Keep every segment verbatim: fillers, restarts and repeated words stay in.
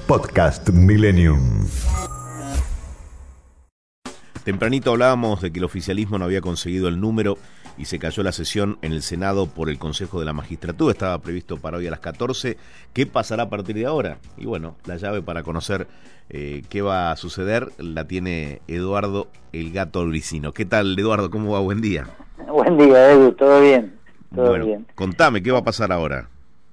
Podcast Millennium. Tempranito hablábamos de que el oficialismo no había conseguido el número y se cayó la sesión en el Senado por el Consejo de la Magistratura. Estaba previsto para hoy a las catorce. ¿Qué pasará a partir de ahora? Y bueno, la llave para conocer eh, qué va a suceder la tiene Eduardo El Gato Albricino. ¿Qué tal, Eduardo? ¿Cómo va? Buen día. Buen día, Edu. ¿Todo bien? Todo bueno, bien. Contame, ¿qué va a pasar ahora?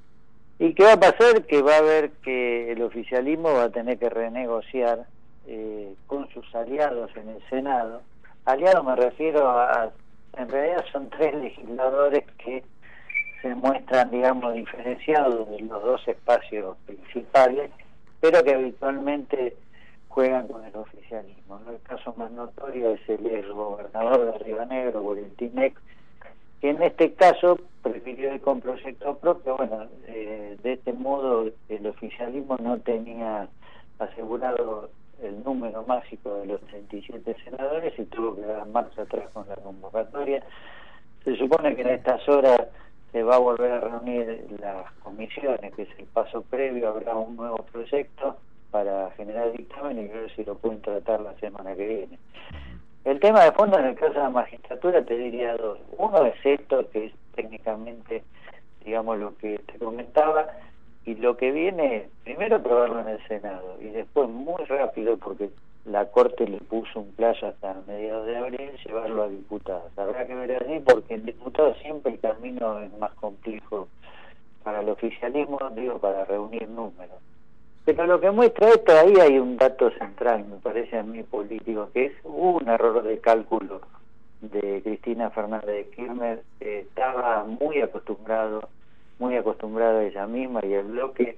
¿Y qué va a pasar? Que va a haber que el oficialismo va a tener que renegociar eh, con sus aliados en el Senado. Aliados me refiero a, en realidad son tres legisladores que se muestran, digamos, diferenciados de los dos espacios principales, pero que habitualmente juegan con el oficialismo, ¿no? El caso más notorio es el ex gobernador de Río Negro, Borentinec, que en este caso prefirió ir con proyecto propio. Bueno, eh, de este modo el oficialismo no tenía asegurado el número mágico de los treinta y siete senadores y tuvo que dar marcha atrás con la convocatoria. Se supone que en estas horas se va a volver a reunir las comisiones, que es el paso previo, habrá un nuevo proyecto para generar dictamen y ver si lo pueden tratar la semana que viene. El tema de fondo en el caso de la magistratura te diría dos. Uno es esto, que es técnicamente, digamos, lo que te comentaba, y lo que viene, primero probarlo en el Senado, y después muy rápido, porque la Corte le puso un plazo hasta mediados de abril, llevarlo a diputados. Habrá que ver allí, porque en diputados siempre el camino es más complejo para el oficialismo, digo, para reunir números. Pero lo que muestra esto, ahí hay un dato central, me parece a mí político, que es un error de cálculo de Cristina Fernández de Kirchner. Eh, estaba muy acostumbrado, muy acostumbrada ella misma y el bloque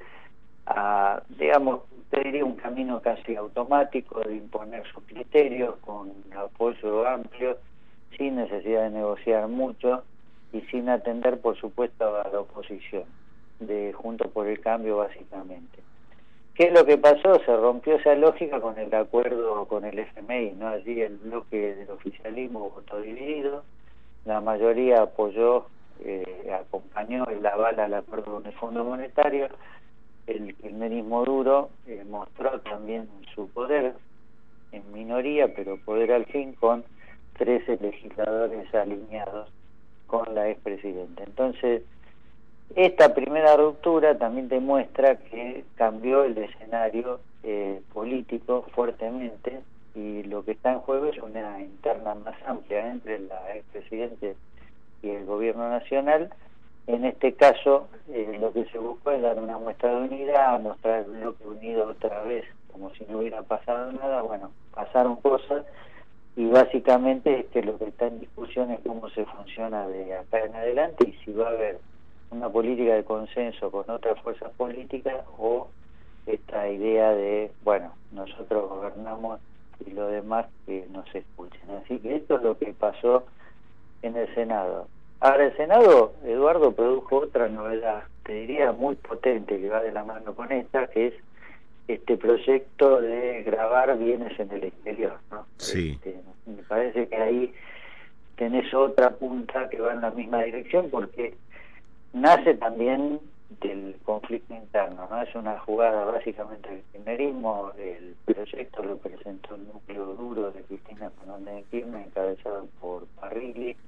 a, digamos, te diría un camino casi automático de imponer sus criterios con apoyo amplio, sin necesidad de negociar mucho y sin atender, por supuesto, a la oposición, de Juntos por el Cambio, básicamente. ¿Qué es lo que pasó? Se rompió esa lógica con el acuerdo con el F M I, ¿no? Allí el bloque del oficialismo votó dividido, la mayoría apoyó, eh, acompañó y la avala al acuerdo con el Fondo Monetario. El kirchnerismo duro eh, mostró también su poder, en minoría, pero poder al fin, con trece legisladores alineados con la expresidenta. Entonces, esta primera ruptura también demuestra que cambió el escenario eh, político fuertemente, y lo que está en juego es una interna más amplia entre la expresidente y el gobierno nacional. En este caso, eh, lo que se buscó es dar una muestra de unidad, mostrar el bloque unido otra vez, como si no hubiera pasado nada. Bueno, pasaron cosas, y básicamente es que lo que está en discusión es cómo se funciona de acá en adelante y si va a haber una política de consenso con otras fuerzas políticas o esta idea de, bueno, nosotros gobernamos y lo demás que nos escuchen. Así que esto es lo que pasó en el Senado. Ahora el Senado, Eduardo, produjo otra novedad, te diría muy potente, que va de la mano con esta, que es este proyecto de gravar bienes en el exterior, ¿no? Sí. Este, me parece que ahí tenés otra punta que va en la misma dirección, porque nace también del conflicto interno, ¿no? Es una jugada básicamente del kirchnerismo. El proyecto lo presentó el núcleo duro de Cristina Fernández de Kirchner, encabezado por Parrilli.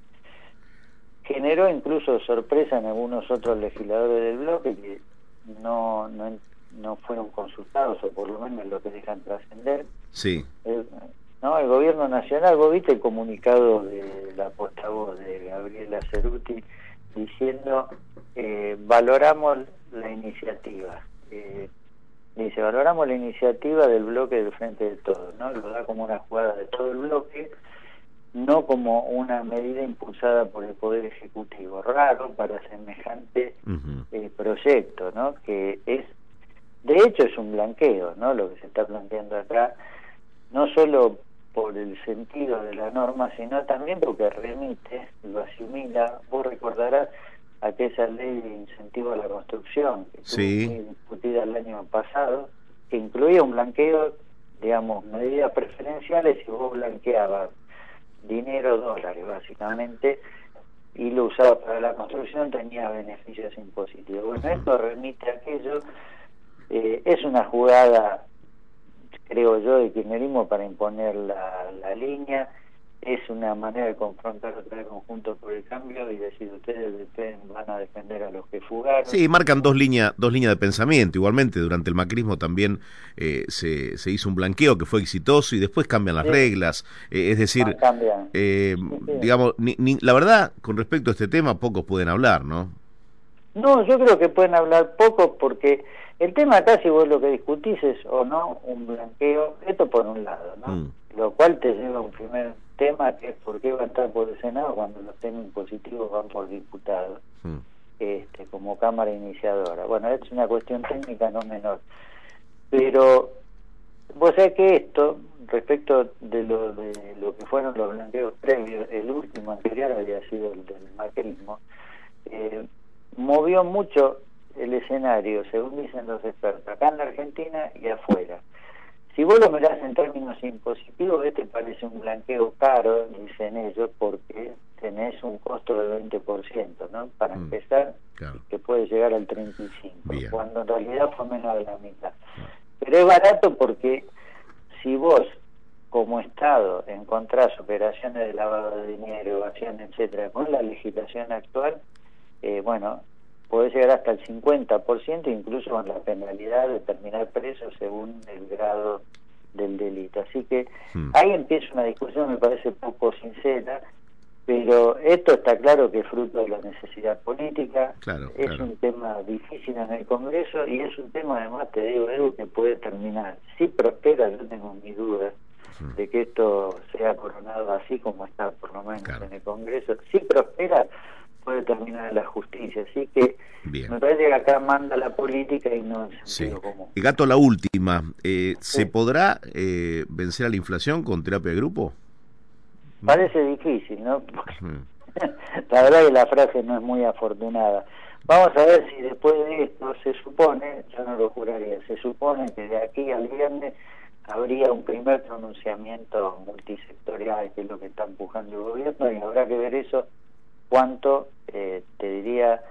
Generó incluso sorpresa en algunos otros legisladores del bloque que no, no, no fueron consultados, o por lo menos lo que dejan trascender. Sí. El, no, el gobierno nacional, vos viste el comunicado de la portavoz de Gabriela Cerruti diciendo eh, valoramos la iniciativa, eh, dice valoramos la iniciativa del bloque del Frente de Todos, ¿no? Lo da como una jugada de todo el bloque, no como una medida impulsada por el Poder Ejecutivo. Raro para semejante uh-huh. eh, proyecto, ¿no? Que es, de hecho es un blanqueo, ¿no? Lo que se está planteando acá, no solo por el sentido de la norma, sino también porque remite, lo asimila. Vos recordarás aquella ley de incentivo a la construcción, que sí. estuvo muy discutida el año pasado, que incluía un blanqueo, digamos, medidas preferenciales, y vos blanqueabas dinero, dólares básicamente, y lo usabas para la construcción, tenía beneficios impositivos. Bueno, esto remite a aquello, Eh, es una jugada, creo yo, de kirchnerismo para imponer la, la línea. Es una manera de confrontar otra vez Conjunto por el Cambio y decir, ustedes, ustedes van a defender a los que fugaron. Sí, marcan dos líneas dos líneas de pensamiento. Igualmente, durante el macrismo también eh, se, se hizo un blanqueo que fue exitoso y después cambian las sí. reglas. Eh, es decir, eh, sí, sí. digamos, ni, ni, la verdad, con respecto a este tema, pocos pueden hablar, ¿no? No, yo creo que pueden hablar pocos porque el tema acá, si vos lo que discutís es o no un blanqueo, esto por un lado, ¿no? Mm. Lo cual te lleva a un primer tema que es por qué va a estar por el Senado cuando los temas impositivos van por diputados, mm. este, como Cámara Iniciadora. Bueno, es una cuestión técnica no menor. Pero vos sabés que esto, respecto de lo, de lo que fueron los blanqueos previos, el último anterior había sido el del macrismo, eh, movió mucho el escenario, según dicen los expertos, acá en la Argentina y afuera. Si vos lo mirás en términos impositivos, este parece un blanqueo caro, dicen ellos, porque tenés un costo del veinte por ciento, ¿no? Para mm, empezar, claro. que puede llegar al treinta y cinco por ciento, cuando en realidad fue menos de la mitad. No. Pero es barato porque si vos, como Estado, encontrás operaciones de lavado de dinero, evasión, etcétera, con la legislación actual, eh, bueno, podés llegar hasta el cincuenta por ciento, incluso con la penalidad de terminar preso según el grado del delito. Así que hmm. ahí empieza una discusión, me parece poco sincera, pero esto está claro que es fruto de la necesidad política, claro, es claro. un tema difícil en el Congreso y es un tema, además, te digo, Edu, que puede terminar. Si prospera, yo tengo mis dudas hmm. de que esto sea coronado así como está, por lo menos claro. en el Congreso. Si prospera, puede terminar en la justicia, así que Bien. me parece que acá manda la política y no el sentido sí. común. Y Gato, la última, eh, ¿se sí. podrá eh, vencer a la inflación con terapia de grupo? Parece difícil, ¿no? Hmm. La verdad que la frase no es muy afortunada. Vamos a ver si después de esto se supone, yo no lo juraría, se supone que de aquí al viernes habría un primer pronunciamiento multisectorial, que es lo que está empujando el gobierno, y habrá que ver eso cuánto, eh, te diría,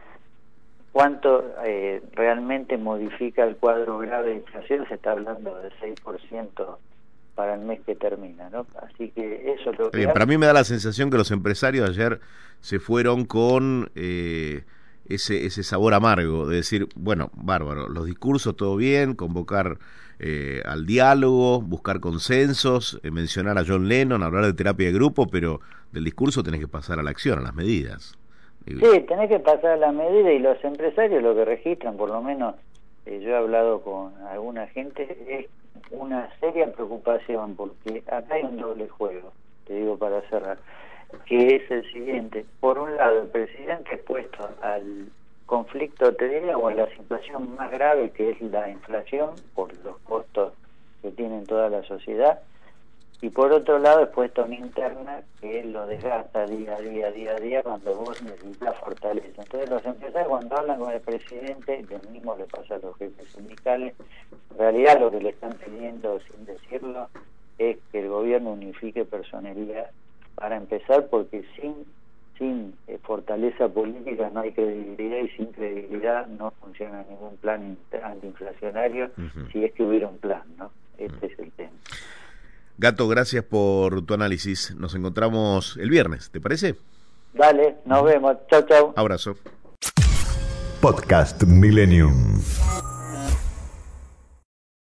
cuánto eh, realmente modifica el cuadro grave de inflación. Se está hablando de seis por ciento para el mes que termina, ¿no? Así que eso es lo que... Bien, para mí me da la sensación que los empresarios ayer se fueron con eh, ese, ese sabor amargo, de decir, bueno, bárbaro, los discursos todo bien, convocar eh, al diálogo, buscar consensos, eh, mencionar a John Lennon, hablar de terapia de grupo, pero del discurso tenés que pasar a la acción, a las medidas. Sí, tenés que pasar a la medida, y los empresarios lo que registran, por lo menos eh, yo he hablado con alguna gente, es una seria preocupación, porque acá hay un doble juego, te digo para cerrar, que es el siguiente. Por un lado, el presidente expuesto al conflicto, te diría, o a la situación más grave, que es la inflación, por los costos que tiene toda la sociedad, y por otro lado expuesto a una interna que lo desgasta día a día, día a día, cuando vos necesitas fortaleza. Entonces los empresarios, cuando hablan con el presidente, lo mismo le pasa a los jefes sindicales, en realidad lo que le están pidiendo, sin decirlo, es que el gobierno unifique personería para empezar, porque sin sin eh, fortaleza política no hay credibilidad, y sin credibilidad no funciona ningún plan antiinflacionario, uh-huh. si es que hubiera un plan, ¿no? Este uh-huh. es el tema. Gato, gracias por tu análisis. Nos encontramos el viernes, ¿te parece? Dale, nos uh-huh. vemos. Chau, chau. Abrazo. Podcast Millennium.